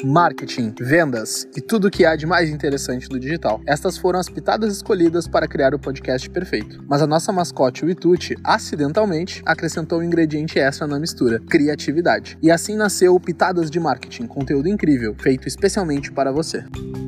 marketing, vendas e tudo o que há de mais interessante do digital. Estas foram as pitadas escolhidas para criar o podcast perfeito. Mas a nossa mascote, o Ituti, acidentalmente acrescentou um ingrediente extra na mistura: criatividade. E assim nasceu o Pitadas de Marketing, conteúdo incrível, feito especialmente para você.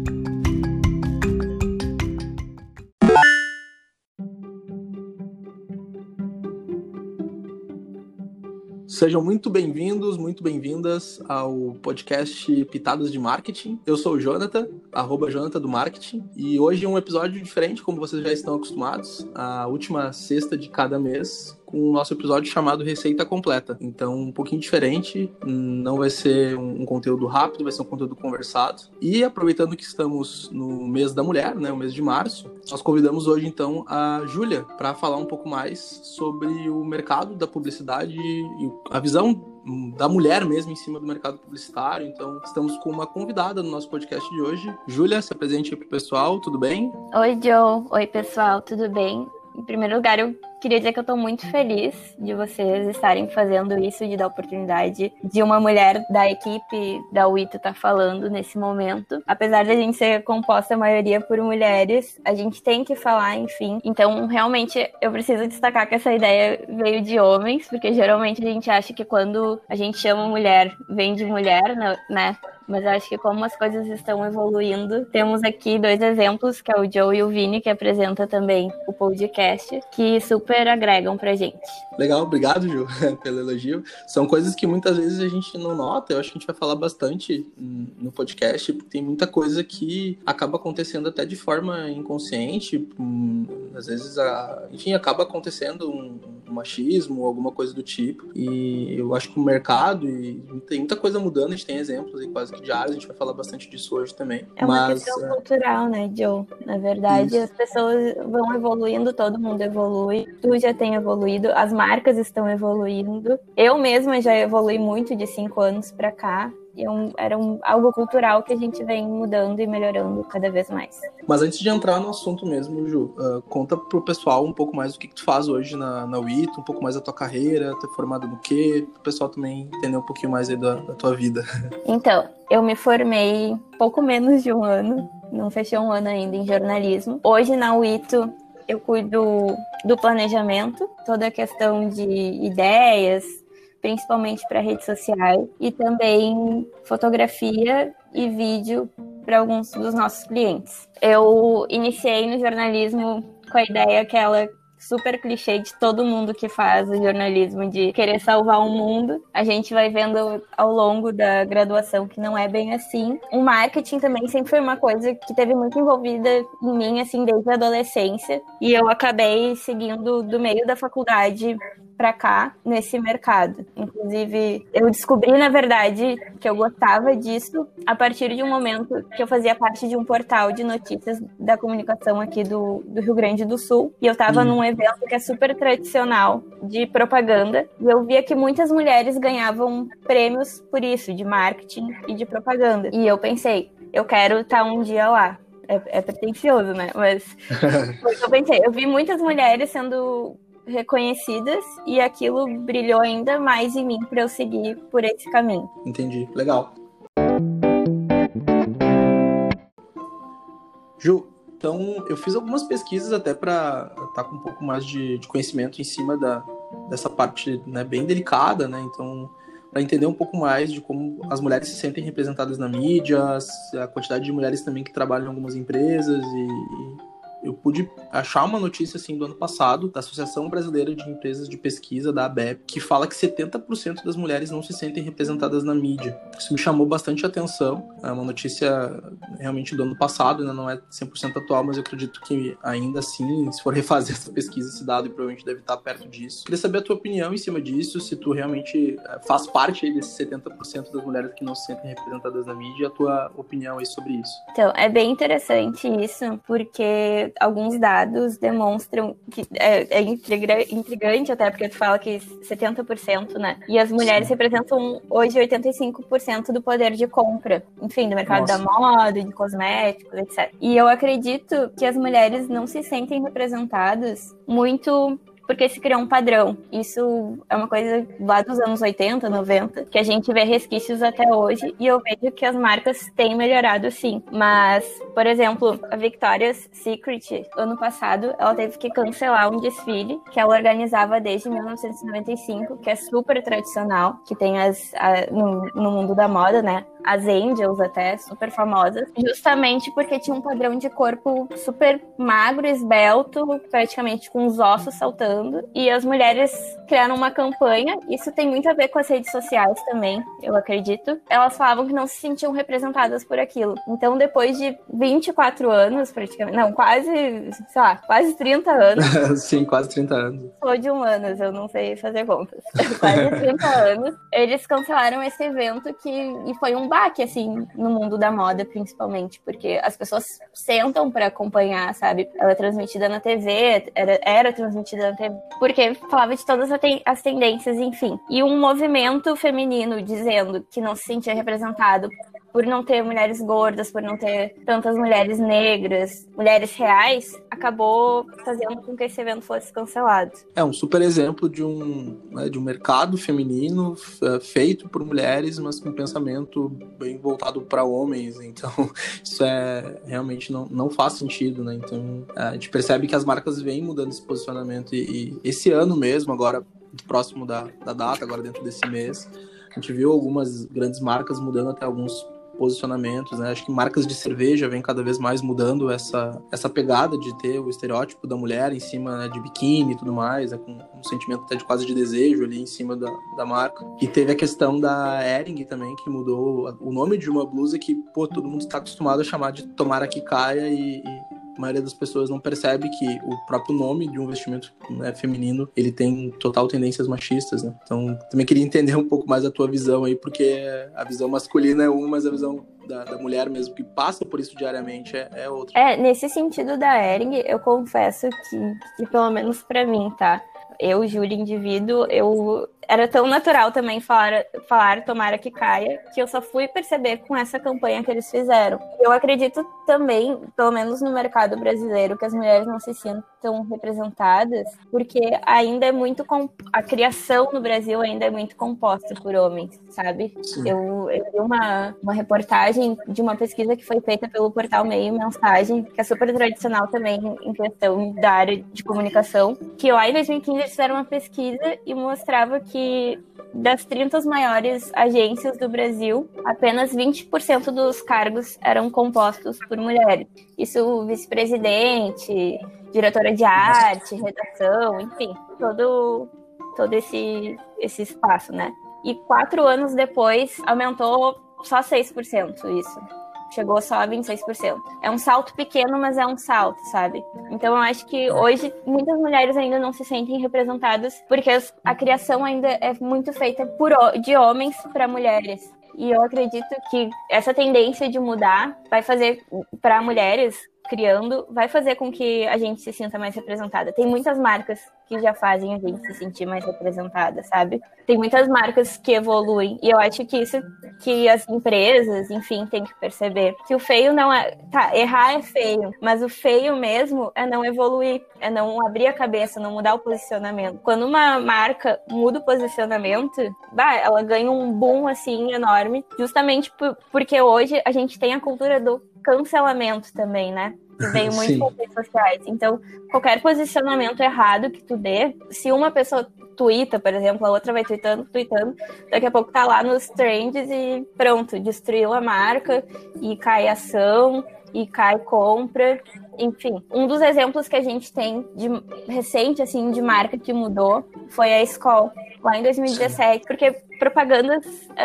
Sejam muito bem-vindos, muito bem-vindas ao podcast Pitadas de Marketing. Eu sou o Jonathan, @Jonathan do Marketing, e hoje é um episódio diferente, como vocês já estão acostumados, a última sexta de cada mês, com o nosso episódio chamado Receita Completa. Então, um pouquinho diferente, não vai ser um conteúdo rápido, vai ser um conteúdo conversado. E aproveitando que estamos no mês da mulher, né, o mês de março, nós convidamos hoje, então, a Júlia para falar um pouco mais sobre o mercado da publicidade e a visão da mulher mesmo em cima do mercado publicitário. Então, estamos com uma convidada no nosso podcast de hoje. Júlia, se apresente aí pro pessoal, tudo bem? Oi, Joe. Oi, pessoal, tudo bem? Em primeiro lugar, eu queria dizer que eu estou muito feliz de vocês estarem fazendo isso, de dar oportunidade de uma mulher da equipe da UITO estar falando nesse momento. Apesar de a gente ser composta a maioria por mulheres, a gente tem que falar, enfim. Então, realmente, eu preciso destacar que essa ideia veio de homens, porque geralmente a gente acha que quando a gente chama mulher, vem de mulher, né? Mas eu acho que como as coisas estão evoluindo, temos aqui 2 exemplos, que é o Joe e o Vini, que apresenta também o podcast, que super agregam pra gente. Legal, obrigado, Ju, pelo elogio. São coisas que muitas vezes a gente não nota, eu acho que a gente vai falar bastante no podcast, porque tem muita coisa que acaba acontecendo até de forma inconsciente, às vezes, enfim, acaba acontecendo um machismo, alguma coisa do tipo, e eu acho que o mercado, e tem muita coisa mudando, a gente tem exemplos aí quase que diários, a gente vai falar bastante disso hoje também. É uma questão cultural, né, Joe? Na verdade, As pessoas vão evoluindo, todo mundo evolui, tu já tem evoluído, as marcas estão evoluindo, eu mesma já evolui muito de 5 anos pra cá. Era algo cultural que a gente vem mudando e melhorando cada vez mais. Mas antes de entrar no assunto mesmo, Ju, conta pro pessoal um pouco mais do que tu faz hoje na UITO, um pouco mais da tua carreira, tu é formada no quê, pro pessoal também entender um pouquinho mais aí da tua vida. Então, eu me formei pouco menos de 1 ano, não fechei 1 ano ainda em jornalismo. Hoje na UITO eu cuido do planejamento, toda a questão de ideias, principalmente para redes sociais, e também fotografia e vídeo para alguns dos nossos clientes. Eu iniciei no jornalismo com a ideia que ela super clichê de todo mundo que faz o jornalismo, de querer salvar o mundo. A gente vai vendo ao longo da graduação que não é bem assim. O marketing também sempre foi uma coisa que teve muito envolvida em mim, assim, desde a adolescência. E eu acabei seguindo do meio da faculdade para cá, nesse mercado. Inclusive, eu descobri, na verdade, que eu gostava disso a partir de um momento que eu fazia parte de um portal de notícias da comunicação aqui do Rio Grande do Sul. E eu estava num evento que é super tradicional de propaganda. E eu via que muitas mulheres ganhavam prêmios por isso, de marketing e de propaganda. E eu pensei, eu quero estar um dia lá. É pretencioso, né? Mas eu pensei, eu vi muitas mulheres sendo reconhecidas e aquilo brilhou ainda mais em mim para eu seguir por esse caminho. Entendi, legal. Ju, então eu fiz algumas pesquisas até para estar com um pouco mais de conhecimento em cima dessa parte, né, bem delicada, né? Então, para entender um pouco mais de como as mulheres se sentem representadas na mídia, a quantidade de mulheres também que trabalham em algumas empresas, e eu pude achar uma notícia assim do ano passado da Associação Brasileira de Empresas de Pesquisa, da ABEP, que fala que 70% das mulheres não se sentem representadas na mídia. Isso me chamou bastante atenção. É uma notícia realmente do ano passado, ainda não é 100% atual, mas eu acredito que ainda assim, se for refazer essa pesquisa, esse dado provavelmente deve estar perto disso. Queria saber a tua opinião em cima disso, se tu realmente faz parte aí desses 70% das mulheres que não se sentem representadas na mídia, e a tua opinião aí sobre isso. Então, é bem interessante isso, porque alguns dados demonstram que é intrigante até, porque tu fala que 70%, né? E as mulheres representam hoje 85% do poder de compra, enfim, do mercado da moda, de cosméticos, etc. E eu acredito que as mulheres não se sentem representadas muito porque se criou um padrão. Isso é uma coisa lá dos anos 80, 90, que a gente vê resquícios até hoje, e eu vejo que as marcas têm melhorado sim. Mas, por exemplo, a Victoria's Secret, ano passado, ela teve que cancelar um desfile que ela organizava desde 1995, que é super tradicional, que tem no mundo da moda, né? As Angels até, super famosas, justamente porque tinha um padrão de corpo super magro, esbelto, praticamente com os ossos saltando, e as mulheres criaram uma campanha, isso tem muito a ver com as redes sociais também, eu acredito. Elas falavam que não se sentiam representadas por aquilo. Então, depois de 24 anos, praticamente, não, quase, sei lá, quase 30 anos. Sim, quase 30 anos. Sou de humanas, eu não sei fazer contas. Quase 30 anos, eles cancelaram esse evento e foi um baque, assim, no mundo da moda, principalmente, porque as pessoas sentam para acompanhar, sabe? Ela é transmitida na TV, era transmitida na TV, porque falava de todas as tendências, enfim. E um movimento feminino dizendo que não se sentia representado por não ter mulheres gordas, por não ter tantas mulheres negras, mulheres reais, acabou fazendo com que esse evento fosse cancelado. É um super exemplo de um mercado feminino feito por mulheres, mas com um pensamento bem voltado para homens. Então, isso realmente não faz sentido, né? Então, a gente percebe que as marcas vêm mudando esse posicionamento e esse ano mesmo, agora próximo da data, agora dentro desse mês, a gente viu algumas grandes marcas mudando até alguns posicionamentos, né? Acho que marcas de cerveja vêm cada vez mais mudando essa pegada de ter o estereótipo da mulher em cima, né, de biquíni e tudo mais, com um sentimento até de quase de desejo ali em cima da marca. E teve a questão da Hering também, que mudou o nome de uma blusa que, todo mundo está acostumado a chamar de Tomara que Caia e a maioria das pessoas não percebe que o próprio nome de um vestimento, né, feminino, ele tem total tendências machistas, né? Então, também queria entender um pouco mais a tua visão aí, porque a visão masculina é uma, mas a visão da mulher mesmo, que passa por isso diariamente, é outra. Nesse sentido da Hering, eu confesso que pelo menos pra mim, tá? Eu, Júlia, indivíduo, era tão natural também falar Tomara que Caia, que eu só fui perceber com essa campanha que eles fizeram. Eu acredito também, pelo menos no mercado brasileiro, que as mulheres não se sintam representadas, porque ainda é muito... A criação no Brasil ainda é muito composta por homens, sabe? Eu vi uma reportagem de uma pesquisa que foi feita pelo portal Meio Mensagem, que é super tradicional também em questão da área de comunicação, que lá em 2015 eles fizeram uma pesquisa e mostrava que das 30 maiores agências do Brasil, apenas 20% dos cargos eram compostos por mulheres. Isso vice-presidente, diretora de arte, redação, enfim, todo esse espaço, né? E 4 anos depois, aumentou só 6% isso. Chegou só a 26%. É um salto pequeno, mas é um salto, sabe? Então eu acho que hoje muitas mulheres ainda não se sentem representadas porque a criação ainda é muito feita de homens para mulheres. E eu acredito que essa tendência de mudar vai fazer para mulheres criando, vai fazer com que a gente se sinta mais representada. Tem muitas marcas que já fazem a gente se sentir mais representada, sabe? Tem muitas marcas que evoluem. E eu acho que isso que as empresas, enfim, tem que perceber. Que o feio não é... Tá, errar é feio, mas o feio mesmo é não evoluir, é não abrir a cabeça, não mudar o posicionamento. Quando uma marca muda o posicionamento, ela ganha um boom, assim, enorme, justamente porque hoje a gente tem a cultura do cancelamento também, né? Que veio muito com as redes sociais. Então, qualquer posicionamento errado que tu dê, se uma pessoa tuita, por exemplo, a outra vai tweetando, daqui a pouco tá lá nos trends e pronto, destruiu a marca e cai ação e cai compra. Enfim, um dos exemplos que a gente tem de recente, assim, de marca que mudou foi a Skol, lá em 2017, porque propagandas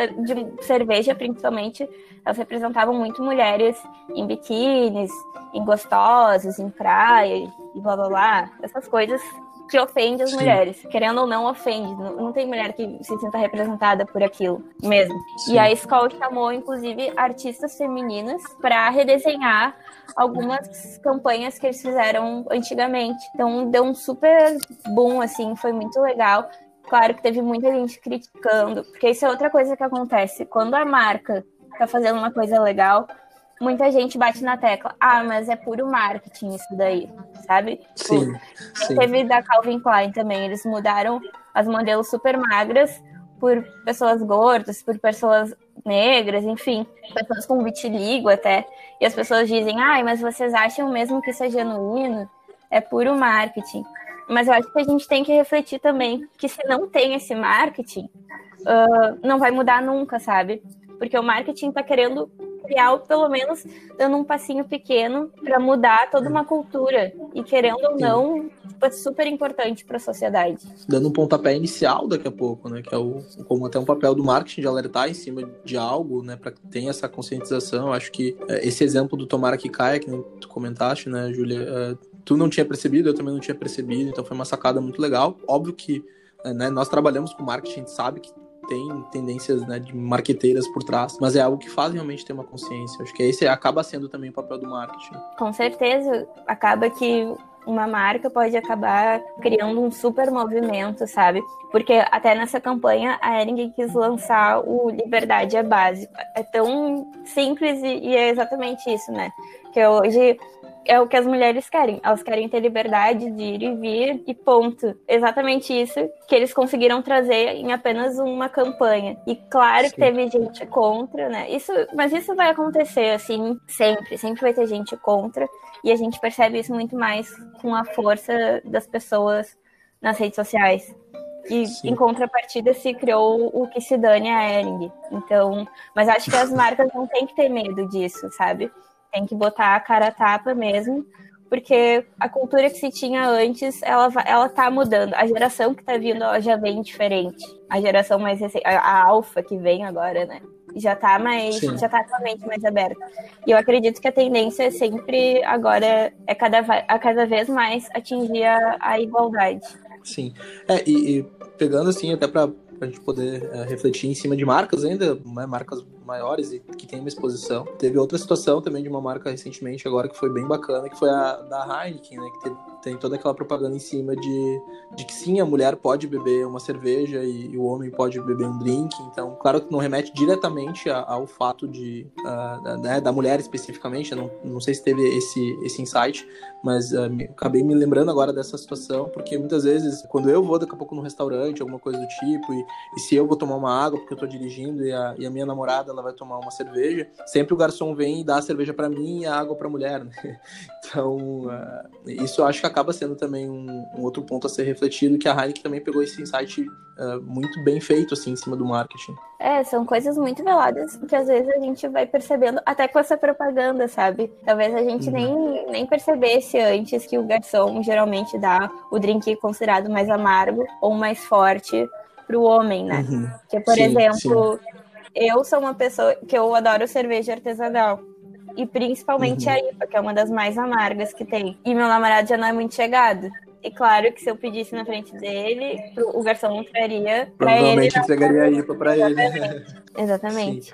de cerveja, principalmente, elas representavam muito mulheres em biquínis, em gostosos, em praia e blá blá blá, essas coisas que ofendem as mulheres. Querendo ou não, ofende. Não tem mulher que se sinta representada por aquilo mesmo. Sim. E a Skol chamou, inclusive, artistas femininas para redesenhar algumas campanhas que eles fizeram antigamente. Então, deu um super boom, assim, foi muito legal. Claro que teve muita gente criticando, porque isso é outra coisa que acontece. Quando a marca tá fazendo uma coisa legal, muita gente bate na tecla. Mas é puro marketing isso daí, sabe? Sim, sim. Teve da Calvin Klein também. Eles mudaram as modelos super magras por pessoas gordas, por pessoas negras, enfim, pessoas com vitiligo até. E as pessoas dizem, mas vocês acham mesmo que isso é genuíno? É puro marketing. Mas eu acho que a gente tem que refletir também que se não tem esse marketing, não vai mudar nunca, sabe? Porque o marketing tá querendo criar, pelo menos, dando um passinho pequeno para mudar toda uma cultura. E querendo ou não, é super importante para a sociedade. Dando um pontapé inicial daqui a pouco, né? Que é como até um papel do marketing de alertar em cima de algo, né? Para que tenha essa conscientização. Acho que esse exemplo do Tomara que Caia, que tu comentaste, né, Júlia? Tu não tinha percebido, eu também não tinha percebido. Então foi uma sacada muito legal. Óbvio que né, nós trabalhamos com marketing, a gente sabe que tem tendências, né, de marqueteiras por trás, mas é algo que faz realmente ter uma consciência. Acho que esse acaba sendo também o papel do marketing. Com certeza, acaba que uma marca pode acabar criando um super movimento, sabe? Porque até nessa campanha a Hering quis lançar o Liberdade é Básico. É tão simples e é exatamente isso, né? Que hoje é o que as mulheres querem. Elas querem ter liberdade de ir e vir e ponto. Exatamente isso que eles conseguiram trazer em apenas uma campanha. E claro que teve gente contra, né? Mas isso vai acontecer, assim, sempre. Sempre vai ter gente contra. E a gente percebe isso muito mais com a força das pessoas nas redes sociais. E em contrapartida se criou o que se dane a Hering. Então, mas acho que as marcas não têm que ter medo disso, sabe? Tem que botar a cara a tapa mesmo, porque a cultura que se tinha antes, ela tá mudando. A geração que tá vindo, ela já vem diferente. A geração mais recente, a alfa que vem agora, né? Já tá com a mente mais aberta. E eu acredito que a tendência sempre agora é cada vez mais atingir a igualdade. Sim. E pegando assim, até pra gente poder refletir em cima de marcas ainda, né, marcas maiores e que tem uma exposição. Teve outra situação também de uma marca recentemente agora que foi bem bacana, que foi a da Heineken, né, que tem toda aquela propaganda em cima de que sim, a mulher pode beber uma cerveja e o homem pode beber um drink. Então, claro que não remete diretamente ao fato da mulher especificamente. Eu não sei se teve esse insight, mas acabei me lembrando agora dessa situação, porque muitas vezes, quando eu vou daqui a pouco num restaurante, alguma coisa do tipo, e se eu vou tomar uma água porque eu tô dirigindo e a minha namorada ela vai tomar uma cerveja, sempre o garçom vem e dá a cerveja para mim e a água para a mulher, né? Então, isso eu acho que acaba sendo também um outro ponto a ser refletido, que a Heineken também pegou esse insight muito bem feito, assim, em cima do marketing. São coisas muito veladas que às vezes a gente vai percebendo até com essa propaganda, sabe? Talvez a gente nem percebesse antes que o garçom geralmente dá o drink considerado mais amargo ou mais forte pro homem, né? Que, por exemplo, eu sou uma pessoa que eu adoro cerveja artesanal. E principalmente a IPA, que é uma das mais amargas que tem. E meu namorado já não é muito chegado. E claro que se eu pedisse na frente dele, o garçom não traria pra ele. Provavelmente entregaria a IPA pra ele. Exatamente.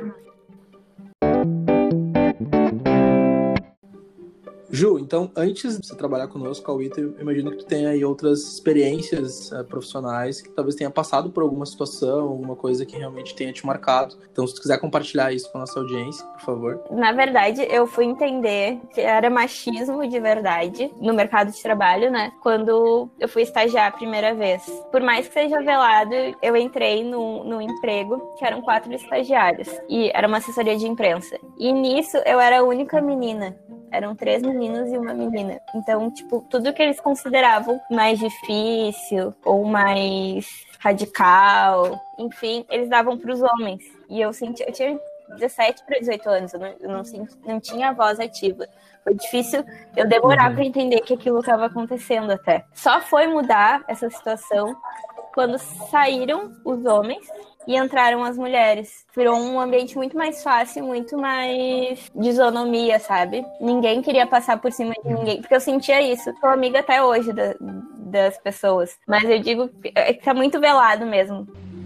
Ju, então, antes de você trabalhar conosco, a Wita, eu imagino que tu tenha aí outras experiências profissionais que talvez tenha passado por alguma situação, alguma coisa que realmente tenha te marcado. Então, se tu quiser compartilhar isso com a nossa audiência, por favor. Na verdade, eu fui entender que era machismo de verdade no mercado de trabalho, né? Quando eu fui estagiar a primeira vez. Por mais que seja velado, eu entrei no emprego, que eram 4 estagiários. E era uma assessoria de imprensa. E nisso, eu era a única menina. Eram 3 meninos e uma menina. Então, tipo, tudo que eles consideravam mais difícil ou mais radical, enfim, eles davam para os homens. E eu tinha 17 para 18 anos, eu não tinha voz ativa. Foi difícil eu demorar para entender que aquilo estava acontecendo até. Só foi mudar essa situação quando saíram os homens e entraram as mulheres. Virou um ambiente muito mais fácil, muito mais de isonomia, sabe? Ninguém queria passar por cima de ninguém, porque eu sentia isso. Sou amiga até hoje das pessoas, mas eu digo que tá muito velado mesmo.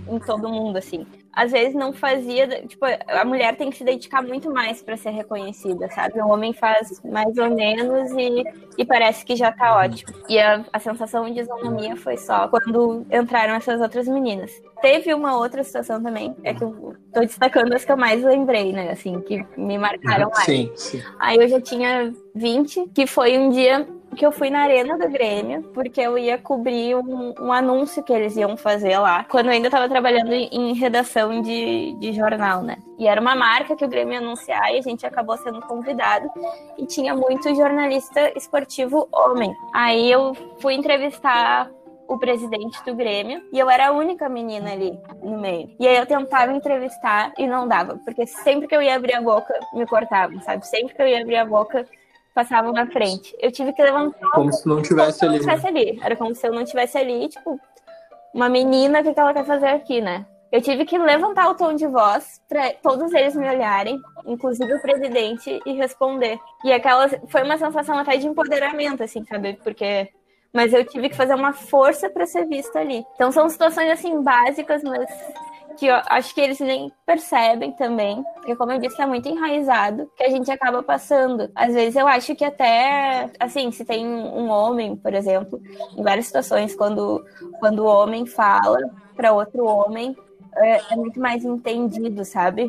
em todo mundo, assim. Às vezes não fazia, tipo, a mulher tem que se dedicar muito mais para ser reconhecida, sabe? O homem faz mais ou menos e parece que já tá ótimo. E a sensação de isonomia foi só quando entraram essas outras meninas. Teve uma outra situação também, é que eu tô destacando as que eu mais lembrei, né, assim, que me marcaram mais. Sim, sim. Aí eu já tinha 20, que foi um dia que eu fui na Arena do Grêmio, porque eu ia cobrir um anúncio que eles iam fazer lá, quando eu ainda estava trabalhando em redação de jornal, né? E era uma marca que o Grêmio ia anunciar e a gente acabou sendo convidado e tinha muito jornalista esportivo homem. Aí eu fui entrevistar o presidente do Grêmio e eu era a única menina ali no meio. E aí eu tentava entrevistar e não dava, porque sempre que eu ia abrir a boca, me cortavam, sabe? Sempre que eu ia abrir a boca, passavam na frente. Eu tive que levantar. Como se não tivesse ali. Era como se eu não estivesse ali, tipo, uma menina, o que ela quer fazer aqui, né? Eu tive que levantar o tom de voz para todos eles me olharem, inclusive o presidente, e responder. E aquela foi uma sensação até de empoderamento, assim, sabe? Porque... Mas eu tive que fazer uma força para ser vista ali. Então são situações, assim, básicas, mas que eu acho que eles nem percebem também, porque como eu disse, é muito enraizado, que a gente acaba passando. Às vezes eu acho que até, assim, se tem um homem, por exemplo, em várias situações, quando o homem fala para outro homem, é muito mais entendido, sabe?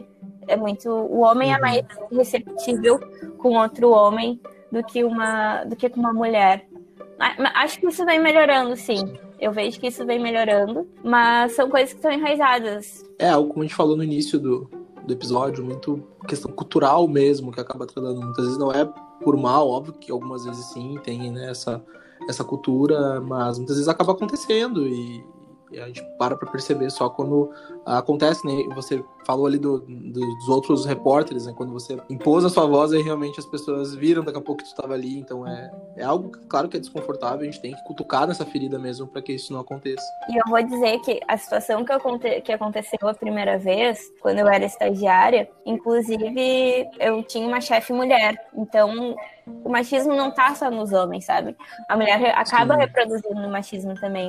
O homem é mais receptível com outro homem do que com uma mulher. Acho que isso vem melhorando, sim. Eu vejo que isso vem melhorando, mas são coisas que estão enraizadas. Algo como a gente falou no início do episódio, muito questão cultural mesmo, que acaba tratando. Muitas vezes não é por mal, óbvio que algumas vezes sim, tem, né, essa cultura, mas muitas vezes acaba acontecendo e a gente para perceber só quando acontece, né? Você falou ali dos outros repórteres, né? Quando você impôs a sua voz, aí realmente as pessoas viram daqui a pouco que tu estava ali. Então é algo, claro, que é desconfortável. A gente tem que cutucar nessa ferida mesmo para que isso não aconteça. E eu vou dizer que a situação que aconteceu a primeira vez, quando eu era estagiária, inclusive eu tinha uma chefe mulher. Então o machismo não tá só nos homens, sabe? A mulher acaba reproduzindo o machismo também.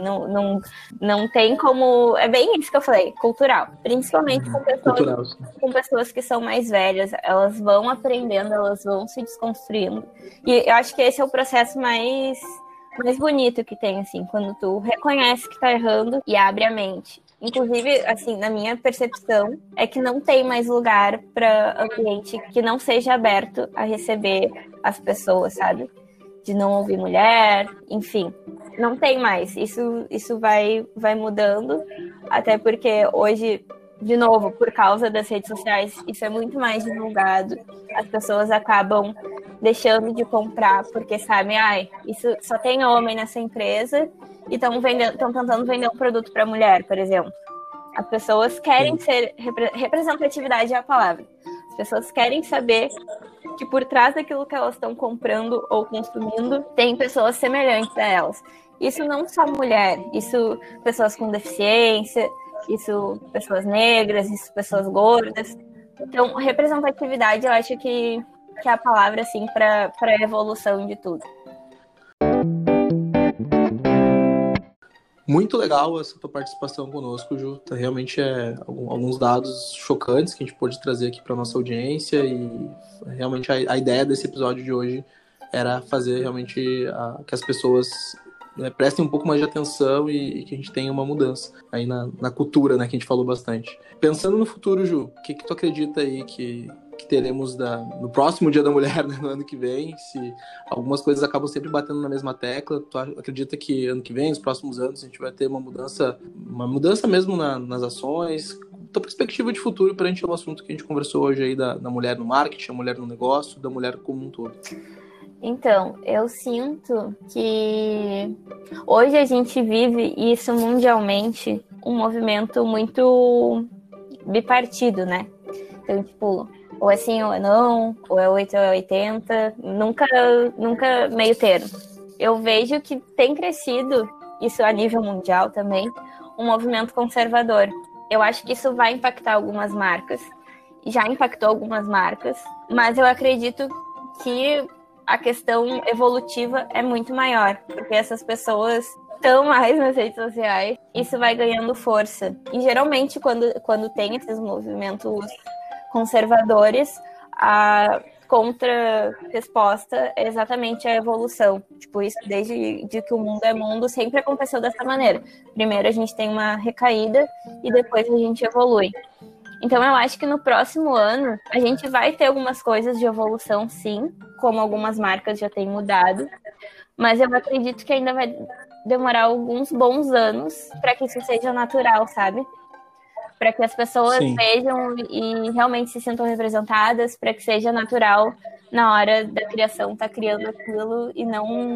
Não tem como... É bem isso que eu falei, cultural. Principalmente com pessoas que são mais velhas. Elas vão aprendendo, elas vão se desconstruindo. E eu acho que esse é o processo mais bonito que tem, assim, quando tu reconhece que tá errando e abre a mente. Inclusive, assim, na minha percepção, é que não tem mais lugar para ambiente que não seja aberto a receber as pessoas, sabe? De não ouvir mulher, enfim. Não tem mais. Isso vai mudando, até porque hoje, de novo, por causa das redes sociais, isso é muito mais divulgado. As pessoas acabam deixando de comprar porque sabem, isso só tem homem nessa empresa e estão tentando vender um produto para mulher, por exemplo. As pessoas querem ser... Representatividade é a palavra. As pessoas querem saber que por trás daquilo que elas estão comprando ou consumindo, tem pessoas semelhantes a elas. Isso não só mulher, isso pessoas com deficiência, isso pessoas negras, isso pessoas gordas. Então, representatividade eu acho que é a palavra, assim, para a evolução de tudo. Muito legal essa tua participação conosco, Ju. Realmente alguns dados chocantes que a gente pôde trazer aqui para nossa audiência e realmente a ideia desse episódio de hoje era fazer realmente que as pessoas, né, prestem um pouco mais de atenção e que a gente tenha uma mudança aí na cultura, né, que a gente falou bastante. Pensando no futuro, Ju, o que tu acredita aí que teremos no próximo Dia da Mulher, né, no ano que vem? Se algumas coisas acabam sempre batendo na mesma tecla, tu acredita que ano que vem, nos próximos anos, a gente vai ter uma mudança mesmo nas ações? Tua perspectiva de futuro perante o assunto que a gente conversou hoje aí da mulher no marketing, a mulher no negócio, da mulher como um todo? Então, eu sinto que hoje a gente vive isso mundialmente, um movimento muito bipartido, né? Então, tipo, ou é sim ou é não, ou é 8 ou é 80, nunca meio termo. Eu vejo que tem crescido, isso a nível mundial também, um movimento conservador. Eu acho que isso vai impactar algumas marcas, já impactou algumas marcas, mas eu acredito que a questão evolutiva é muito maior, porque essas pessoas estão mais nas redes sociais, isso vai ganhando força. E geralmente, quando tem esses movimentos conservadores, a contra-resposta é exatamente a evolução. Tipo, isso desde que o mundo é mundo sempre aconteceu dessa maneira. Primeiro a gente tem uma recaída e depois a gente evolui. Então eu acho que no próximo ano a gente vai ter algumas coisas de evolução, sim, como algumas marcas já têm mudado, mas eu acredito que ainda vai demorar alguns bons anos para que isso seja natural, sabe? Para que as pessoas vejam e realmente se sintam representadas, para que seja natural na hora da criação estar criando aquilo e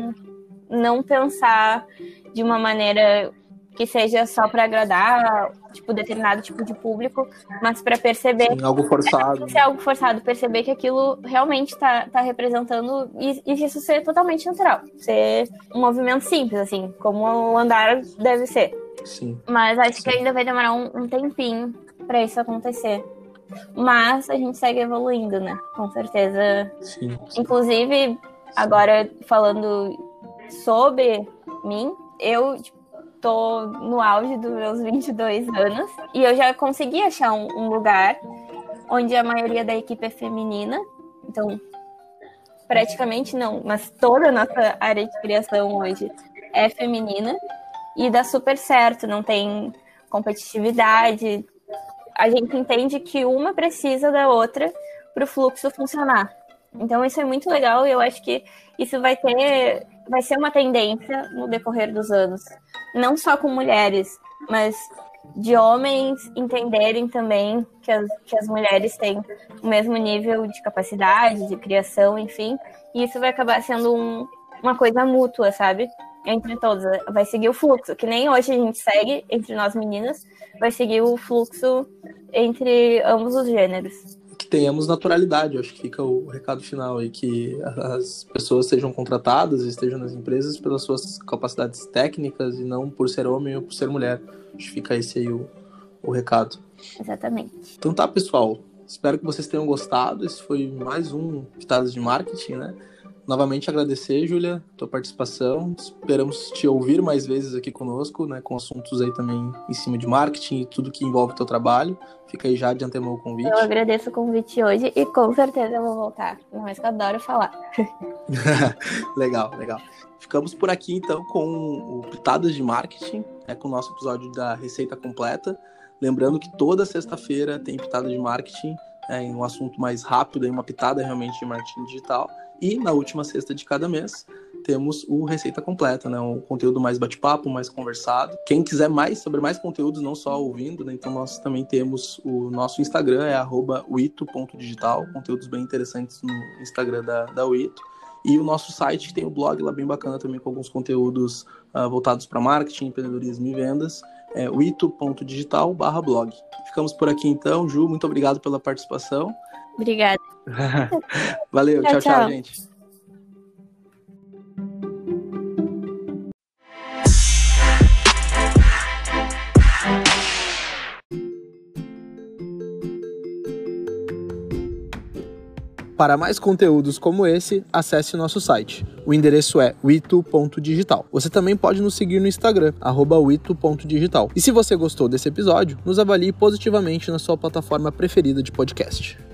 não pensar de uma maneira que seja só para agradar tipo determinado tipo de público, mas para perceber algo forçado. Se é algo forçado, perceber que aquilo realmente tá representando e isso ser totalmente natural, ser um movimento simples, assim, como o andar deve ser. Sim. Mas acho que ainda vai demorar um tempinho para isso acontecer. Mas a gente segue evoluindo, né? Com certeza. Sim. Inclusive, agora falando sobre mim, eu tô no auge dos meus 22 anos e eu já consegui achar um lugar onde a maioria da equipe é feminina. Então, praticamente não, mas toda a nossa área de criação hoje é feminina. E dá super certo, não tem competitividade. A gente entende que uma precisa da outra para o fluxo funcionar. Então isso é muito legal e eu acho que isso vai ser uma tendência no decorrer dos anos. Não só com mulheres, mas de homens entenderem também que as mulheres têm o mesmo nível de capacidade, de criação, enfim. E isso vai acabar sendo uma coisa mútua, sabe? Entre todos, vai seguir o fluxo, que nem hoje a gente segue entre nós meninas, vai seguir o fluxo entre ambos os gêneros. Que tenhamos naturalidade, eu acho que fica o recado final aí, que as pessoas sejam contratadas e estejam nas empresas pelas suas capacidades técnicas e não por ser homem ou por ser mulher. Acho que fica esse aí o recado. Exatamente. Então tá, pessoal, espero que vocês tenham gostado, esse foi mais um Pitadas de Marketing, né? Novamente agradecer, Júlia, tua participação. Esperamos te ouvir mais vezes aqui conosco, né, com assuntos aí também em cima de marketing e tudo que envolve o teu trabalho. Fica aí já de antemão o convite. Eu agradeço o convite hoje e com certeza eu vou voltar. Mas que eu adoro falar. Legal. Ficamos por aqui então com o Pitadas de Marketing, com o nosso episódio da Receita Completa. Lembrando que toda sexta-feira tem Pitada de Marketing, em um assunto mais rápido, uma pitada realmente de marketing digital. E na última sexta de cada mês temos o Receita Completa, né? Um conteúdo mais bate-papo, mais conversado. Quem quiser mais sobre mais conteúdos, não só ouvindo, né? Então nós também temos o nosso Instagram, @uito.digital, conteúdos bem interessantes no Instagram da Uito. E o nosso site, que tem o blog lá bem bacana também, com alguns conteúdos voltados para marketing, empreendedorismo e vendas, uito.digital/blog. Ficamos por aqui então. Ju, muito obrigado pela participação. Obrigada. Valeu, tchau, gente. Para mais conteúdos como esse, acesse o nosso site. O endereço é uito.digital. Você também pode nos seguir no Instagram, @uito.digital. E se você gostou desse episódio, nos avalie positivamente na sua plataforma preferida de podcast.